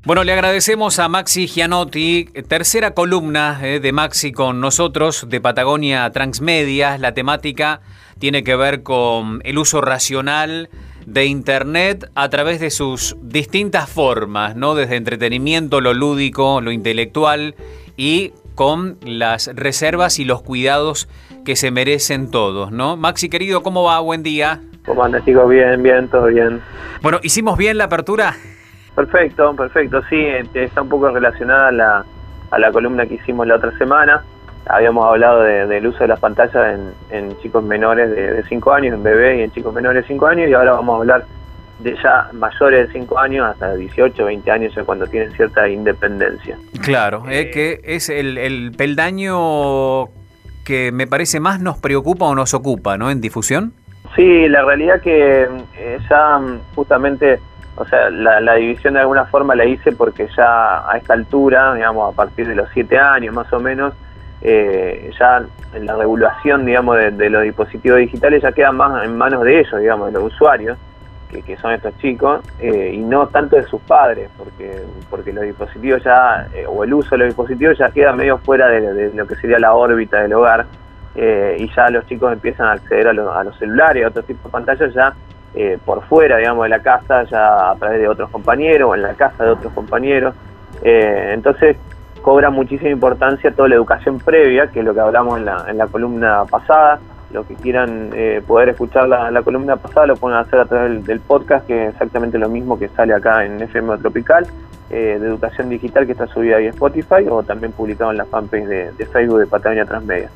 Bueno, le agradecemos a Maxi Gianotti, tercera columna de Maxi con nosotros de Patagonia Transmedia. La temática tiene que ver con el uso racional de Internet a través de sus distintas formas, ¿no? Desde entretenimiento, lo lúdico, lo intelectual y con las reservas y los cuidados que se merecen todos, ¿no? Maxi, querido, ¿cómo va? Buen día. ¿Cómo andas, chicos? Bien, todo bien. Bueno, ¿hicimos bien la apertura? Perfecto, sí, está un poco relacionada a la columna que hicimos la otra semana. Habíamos hablado del uso de las pantallas en chicos menores de 5 años, en bebés y en chicos menores de 5 años, y ahora vamos a hablar de ya mayores de 5 años hasta 18, 20 años, ya cuando tienen cierta independencia. Claro, que es el peldaño que me parece más nos preocupa o nos ocupa, ¿no? En difusión. Sí, la realidad que ya justamente... O sea, la división de alguna forma la hice porque ya a esta altura, digamos, a partir de los 7 años más o menos, ya en la regulación, digamos, de los dispositivos digitales ya queda más en manos de ellos, digamos, de los usuarios, que son estos chicos, y no tanto de sus padres, porque los dispositivos ya, o el uso de los dispositivos ya queda medio fuera de lo que sería la órbita del hogar, y ya los chicos empiezan a acceder a los celulares, a otro tipo de pantallas ya, por fuera, digamos, de la casa, ya a través de otros compañeros o en la casa de otros compañeros. Entonces cobra muchísima importancia toda la educación previa, que es lo que hablamos en la columna pasada. Los que quieran poder escuchar la columna pasada lo pueden hacer a través del podcast, que es exactamente lo mismo que sale acá en FM Tropical, de educación digital, que está subida ahí en Spotify, o también publicado en la fanpage de Facebook de Patagonia Transmedia.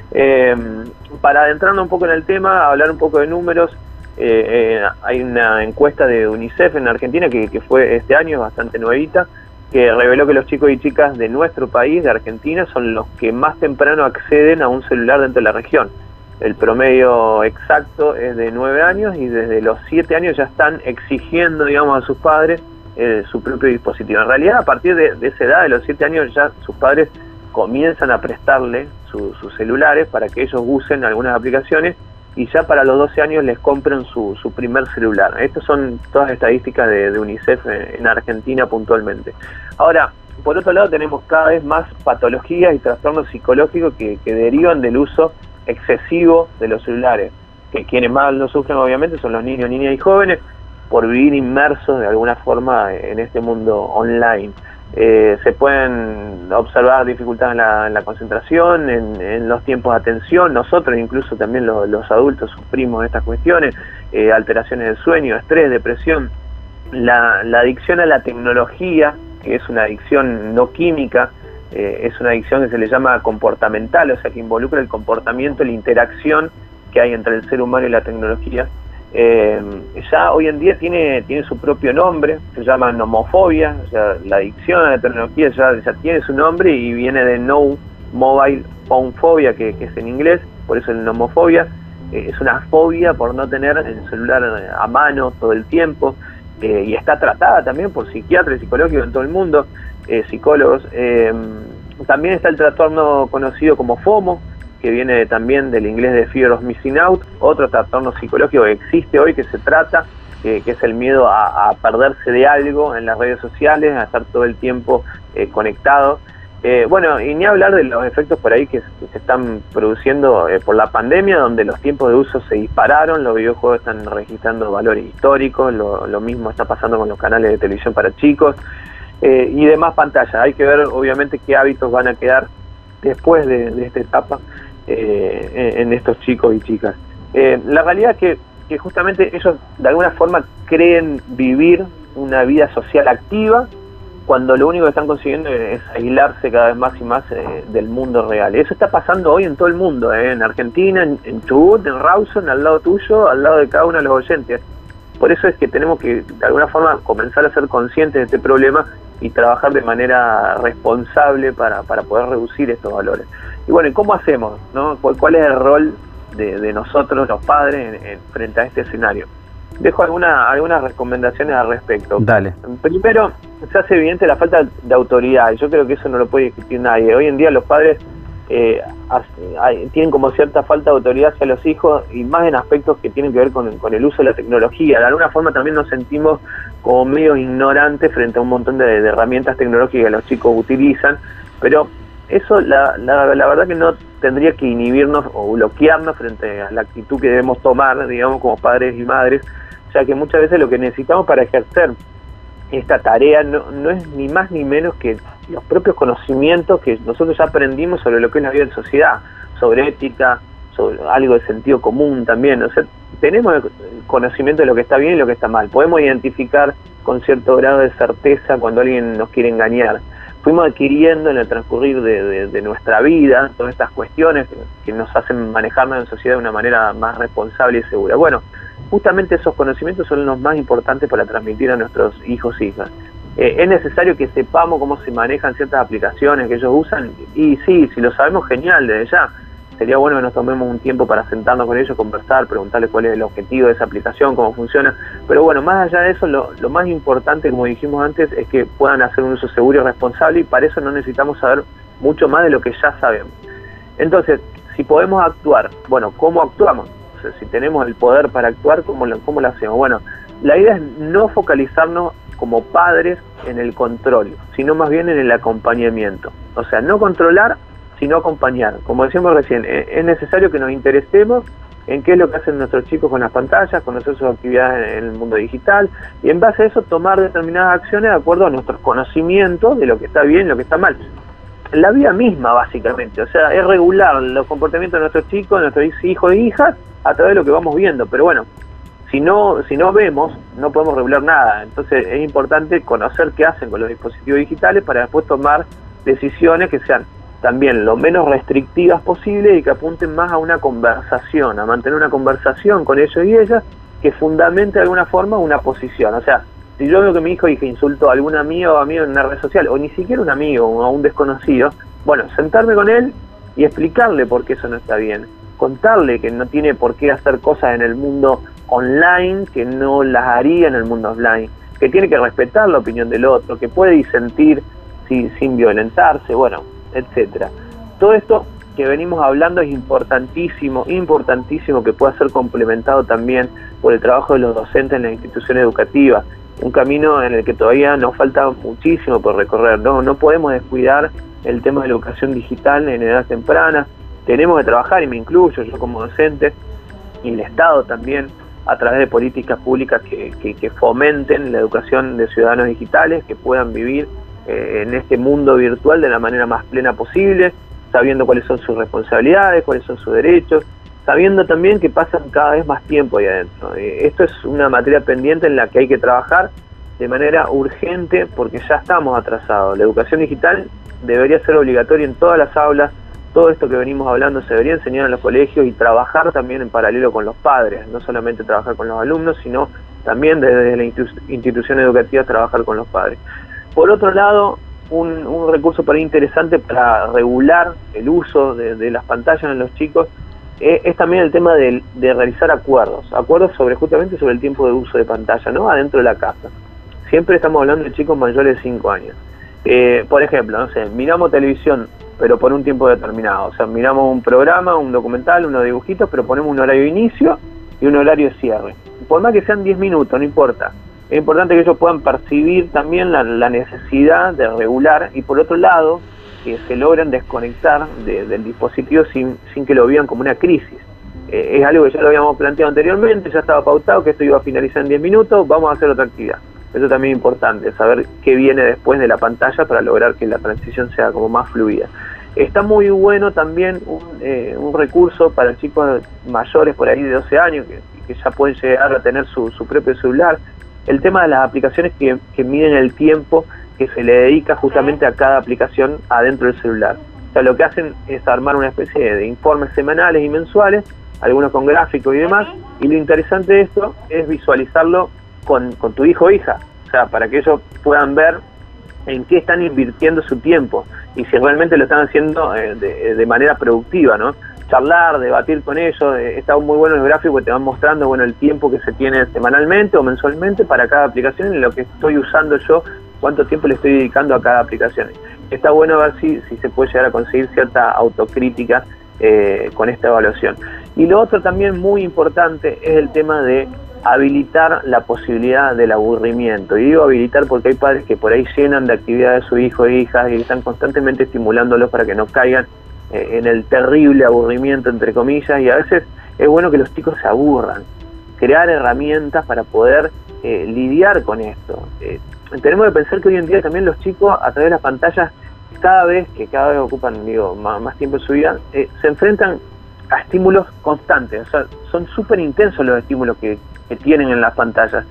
Para adentrarnos un poco en el tema, hablar un poco de números. Hay una encuesta de UNICEF en Argentina que fue este año, bastante nuevita, que reveló que los chicos y chicas de nuestro país, de Argentina, son los que más temprano acceden a un celular dentro de la región. El promedio exacto es de 9 años y desde los 7 años ya están exigiendo, digamos, a sus padres su propio dispositivo. En realidad, a partir de esa edad, de los 7 años, ya sus padres comienzan a prestarle sus celulares para que ellos usen algunas aplicaciones, y ya para los 12 años les compran su primer celular. Estas son todas estadísticas de UNICEF en Argentina puntualmente. Ahora, por otro lado, tenemos cada vez más patologías y trastornos psicológicos que derivan del uso excesivo de los celulares. Que quienes más lo sufren, obviamente, son los niños, niñas y jóvenes, por vivir inmersos de alguna forma en este mundo online. Se pueden observar dificultades en la concentración, en los tiempos de atención. Nosotros incluso también los adultos sufrimos estas cuestiones, alteraciones del sueño, estrés, depresión. La adicción a la tecnología, que es una adicción no química, es una adicción que se le llama comportamental, o sea que involucra el comportamiento, la interacción que hay entre el ser humano y la tecnología. Ya hoy en día tiene su propio nombre, se llama nomofobia. O sea, la adicción a la tecnología ya tiene su nombre y viene de no mobile phone phobia, que es en inglés, por eso el nomofobia. Es una fobia por no tener el celular a mano todo el tiempo, y está tratada también por psiquiatras y psicólogos en todo el mundo, psicólogos. También está el trastorno conocido como FOMO, que viene también del inglés de Fear of Missing Out, otro trastorno psicológico que existe hoy, que se trata, que es el miedo a perderse de algo en las redes sociales, a estar todo el tiempo conectado. Bueno, y ni hablar de los efectos por ahí que se están produciendo por la pandemia, donde los tiempos de uso se dispararon, los videojuegos están registrando valores históricos, lo mismo está pasando con los canales de televisión para chicos, y demás pantallas. Hay que ver, obviamente, qué hábitos van a quedar después de esta etapa en estos chicos y chicas. La realidad es que justamente ellos de alguna forma creen vivir una vida social activa, cuando lo único que están consiguiendo es aislarse cada vez más y más del mundo real. Eso está pasando hoy en todo el mundo, en Argentina, en Chubut, en Rawson, al lado tuyo, al lado de cada uno de los oyentes. Por eso es que tenemos que de alguna forma comenzar a ser conscientes de este problema y trabajar de manera responsable para poder reducir estos valores. Y bueno, ¿y cómo hacemos, no? ¿Cuál es el rol de nosotros, los padres, frente a este escenario? Dejo algunas recomendaciones al respecto. Dale. Primero, se hace evidente la falta de autoridad, y yo creo que eso no lo puede discutir nadie. Hoy en día los padres tienen como cierta falta de autoridad hacia los hijos, y más en aspectos que tienen que ver con el uso de la tecnología. De alguna forma también nos sentimos como medio ignorantes frente a un montón de herramientas tecnológicas que los chicos utilizan, pero eso la verdad que no tendría que inhibirnos o bloquearnos frente a la actitud que debemos tomar, digamos, como padres y madres, ya que muchas veces lo que necesitamos para ejercer esta tarea no es ni más ni menos que los propios conocimientos que nosotros ya aprendimos sobre lo que es la vida en sociedad, sobre ética, sobre algo de sentido común también. O sea, tenemos el conocimiento de lo que está bien y lo que está mal. Podemos identificar con cierto grado de certeza cuando alguien nos quiere engañar. Fuimos adquiriendo en el transcurrir de nuestra vida todas estas cuestiones que nos hacen manejarnos en sociedad de una manera más responsable y segura. Bueno, justamente esos conocimientos son los más importantes para transmitir a nuestros hijos e hijas. Es necesario que sepamos cómo se manejan ciertas aplicaciones que ellos usan, y sí, si lo sabemos, genial, desde ya. Sería bueno que nos tomemos un tiempo para sentarnos con ellos, conversar, preguntarles cuál es el objetivo de esa aplicación, cómo funciona. Pero bueno, más allá de eso, lo más importante, como dijimos antes, es que puedan hacer un uso seguro y responsable, y para eso no necesitamos saber mucho más de lo que ya sabemos. Entonces, si podemos actuar, bueno, ¿cómo actuamos? O sea, si tenemos el poder para actuar, ¿cómo lo hacemos? Bueno, la idea es no focalizarnos como padres en el control, sino más bien en el acompañamiento. O sea, no controlar, sino acompañar. Como decíamos recién, es necesario que nos interesemos en qué es lo que hacen nuestros chicos con las pantallas, conocer sus actividades en el mundo digital, y en base a eso tomar determinadas acciones de acuerdo a nuestros conocimientos de lo que está bien y lo que está mal. La vida misma, básicamente, o sea, es regular los comportamientos de nuestros chicos, de nuestros hijos e hijas, a través de lo que vamos viendo. Pero bueno, si no vemos, no podemos regular nada. Entonces es importante conocer qué hacen con los dispositivos digitales para después tomar decisiones que sean también lo menos restrictivas posible y que apunten más a una conversación, a mantener una conversación con ellos y ellas que fundamente de alguna forma una posición. O sea, si yo veo que mi hijo o hija insultó a algún amigo o amigo en una red social, o ni siquiera un amigo o a un desconocido, bueno, sentarme con él y explicarle por qué eso no está bien, contarle que no tiene por qué hacer cosas en el mundo online que no las haría en el mundo offline, que tiene que respetar la opinión del otro, que puede disentir sin violentarse, bueno, etcétera. Todo esto que venimos hablando es importantísimo que pueda ser complementado también por el trabajo de los docentes en las instituciones educativas, un camino en el que todavía nos falta muchísimo por recorrer. No podemos descuidar el tema de la educación digital en edad temprana. Tenemos que trabajar, y me incluyo yo como docente, y el Estado también, a través de políticas públicas que fomenten la educación de ciudadanos digitales, que puedan vivir en este mundo virtual de la manera más plena posible, sabiendo cuáles son sus responsabilidades, cuáles son sus derechos, sabiendo también que pasan cada vez más tiempo ahí adentro. Esto es una materia pendiente en la que hay que trabajar de manera urgente porque ya estamos atrasados. La educación digital debería ser obligatoria en todas las aulas. Todo esto que venimos hablando se debería enseñar en los colegios y trabajar también en paralelo con los padres, no solamente trabajar con los alumnos, sino también desde la institución educativa trabajar con los padres. Por otro lado, un recurso para interesante para regular el uso de las pantallas en los chicos es también el tema de realizar acuerdos justamente sobre el tiempo de uso de pantalla, ¿no? Adentro de la casa. Siempre estamos hablando de chicos mayores de 5 años. Por ejemplo, no sé, miramos televisión, pero por un tiempo determinado. O sea, miramos un programa, un documental, unos dibujitos, pero ponemos un horario de inicio y un horario de cierre. Por más que sean 10 minutos, no importa. Es importante que ellos puedan percibir también la necesidad de regular, y por otro lado, que se logren desconectar del dispositivo sin que lo vean como una crisis. Es algo que ya lo habíamos planteado anteriormente, ya estaba pautado que esto iba a finalizar en 10 minutos, vamos a hacer otra actividad. Eso también es importante, saber qué viene después de la pantalla para lograr que la transición sea como más fluida. Está muy bueno también un recurso para chicos mayores por ahí de 12 años que ya pueden llegar a tener su propio celular. El tema de las aplicaciones que miden el tiempo que se le dedica justamente a cada aplicación adentro del celular. O sea, lo que hacen es armar una especie de informes semanales y mensuales, algunos con gráficos y demás, y lo interesante de esto es visualizarlo con tu hijo o hija, o sea, para que ellos puedan ver en qué están invirtiendo su tiempo y si realmente lo están haciendo de manera productiva, ¿no? Charlar, debatir con ellos, está muy bueno el gráfico que te van mostrando, bueno, el tiempo que se tiene semanalmente o mensualmente para cada aplicación y lo que estoy usando yo, cuánto tiempo le estoy dedicando a cada aplicación. está bueno ver si se puede llegar a conseguir cierta autocrítica con esta evaluación. Y lo otro también muy importante es el tema de habilitar la posibilidad del aburrimiento. Y digo habilitar porque hay padres que por ahí llenan de actividades a su hijo e hijas y están constantemente estimulándolos para que no caigan en el terrible aburrimiento, entre comillas, y a veces es bueno que los chicos se aburran, crear herramientas para poder lidiar con esto. Tenemos que pensar que hoy en día también los chicos, a través de las pantallas, cada vez ocupan más tiempo en su vida, se enfrentan a estímulos constantes. O sea, son súper intensos los estímulos que tienen en las pantallas,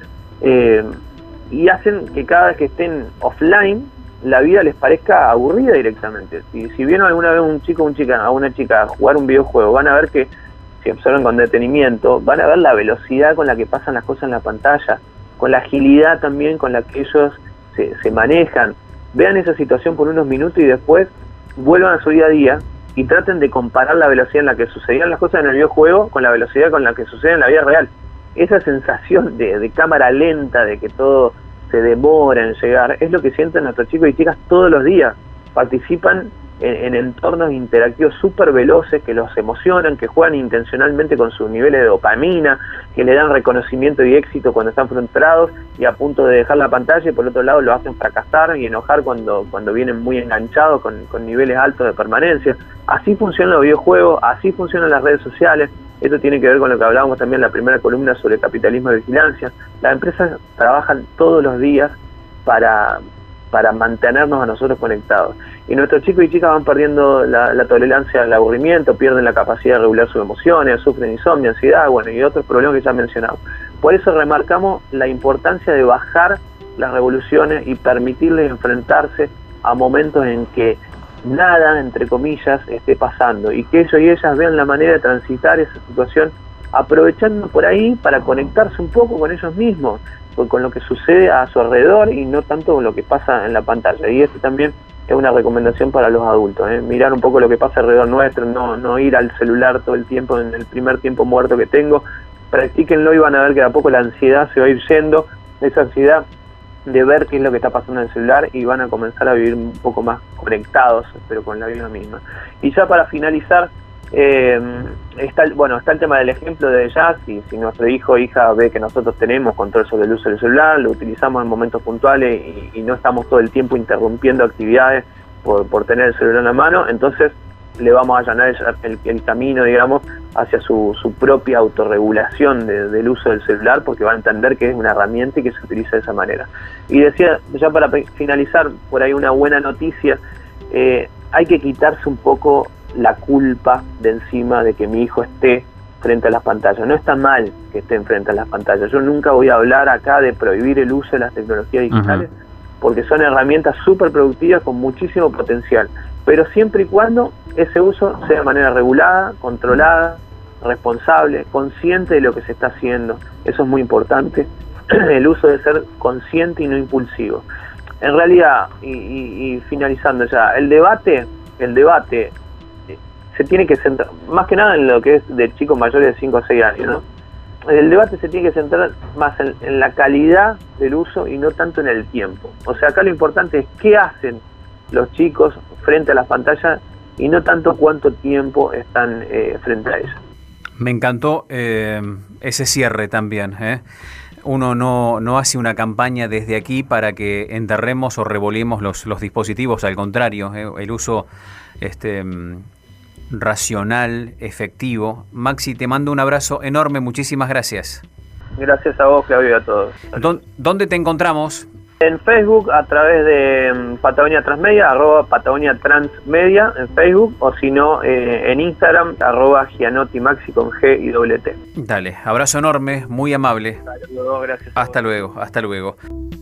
y hacen que cada vez que estén offline la vida les parezca aburrida directamente. Si vieron alguna vez a una chica jugar un videojuego, van a ver que si observan con detenimiento, van a ver la velocidad con la que pasan las cosas en la pantalla, con la agilidad también con la que ellos se manejan. Vean esa situación por unos minutos y después vuelvan a su día a día y traten de comparar la velocidad en la que sucedían las cosas en el videojuego con la velocidad con la que sucede en la vida real. Esa sensación de cámara lenta, de que todo se demora en llegar, es lo que sienten nuestros chicos y chicas todos los días. Participan en entornos interactivos súper veloces que los emocionan, que juegan intencionalmente con sus niveles de dopamina, que le dan reconocimiento y éxito cuando están frustrados y a punto de dejar la pantalla, y por otro lado lo hacen fracasar y enojar cuando vienen muy enganchados con niveles altos de permanencia. Así funcionan los videojuegos, así funcionan las redes sociales. Esto tiene que ver con lo que hablábamos también en la primera columna sobre capitalismo y vigilancia. Las empresas trabajan todos los días para mantenernos a nosotros conectados. Y nuestros chicos y chicas van perdiendo la tolerancia al aburrimiento, pierden la capacidad de regular sus emociones, sufren insomnio, ansiedad, y otros problemas que ya mencionamos. Por eso remarcamos la importancia de bajar las revoluciones y permitirles enfrentarse a momentos en que nada, entre comillas, esté pasando, y que ellos y ellas vean la manera de transitar esa situación aprovechando por ahí para conectarse un poco con ellos mismos, con lo que sucede a su alrededor y no tanto con lo que pasa en la pantalla. Y esto también es una recomendación para los adultos, mirar un poco lo que pasa alrededor nuestro, no ir al celular todo el tiempo en el primer tiempo muerto que tengo. Practíquenlo y van a ver que de a poco la ansiedad se va a ir yendo, esa ansiedad de ver qué es lo que está pasando en el celular, y van a comenzar a vivir un poco más conectados, pero con la vida misma. Y ya para finalizar, está el tema del ejemplo de ya, si nuestro hijo o hija ve que nosotros tenemos control sobre el uso del celular, lo utilizamos en momentos puntuales y no estamos todo el tiempo interrumpiendo actividades por tener el celular en la mano, entonces le vamos a allanar el camino, digamos, hacia su propia autorregulación del uso del celular, porque va a entender que es una herramienta y que se utiliza de esa manera. Y decía, ya para finalizar, por ahí una buena noticia, hay que quitarse un poco la culpa de encima de que mi hijo esté frente a las pantallas. No está mal que estén frente a las pantallas. Yo nunca voy a hablar acá de prohibir el uso de las tecnologías digitales, porque son herramientas súper productivas con muchísimo potencial, pero siempre y cuando ese uso sea de manera regulada, controlada, responsable, consciente de lo que se está haciendo. Eso es muy importante. El uso debe ser consciente y no impulsivo. En realidad, y finalizando ya, el debate se tiene que centrar, más que nada en lo que es de chicos mayores de 5 a 6 años, ¿no? El debate se tiene que centrar más en la calidad del uso y no tanto en el tiempo. O sea, acá lo importante es qué hacen los chicos frente a las pantallas y no tanto cuánto tiempo están frente a ellas. Me encantó ese cierre también, Uno no hace una campaña desde aquí para que enterremos o revolvemos los dispositivos, al contrario, el uso racional, efectivo. Maxi, te mando un abrazo enorme, muchísimas gracias. Gracias a vos, Claudio, y a todos. ¿Dónde te encontramos? En Facebook, a través de Patagonia Transmedia, @Patagonia Transmedia en Facebook, o si no, en Instagram, @GianottiMaxi con G y doble T. Dale, abrazo enorme, muy amable. Hasta luego, gracias. Hasta luego.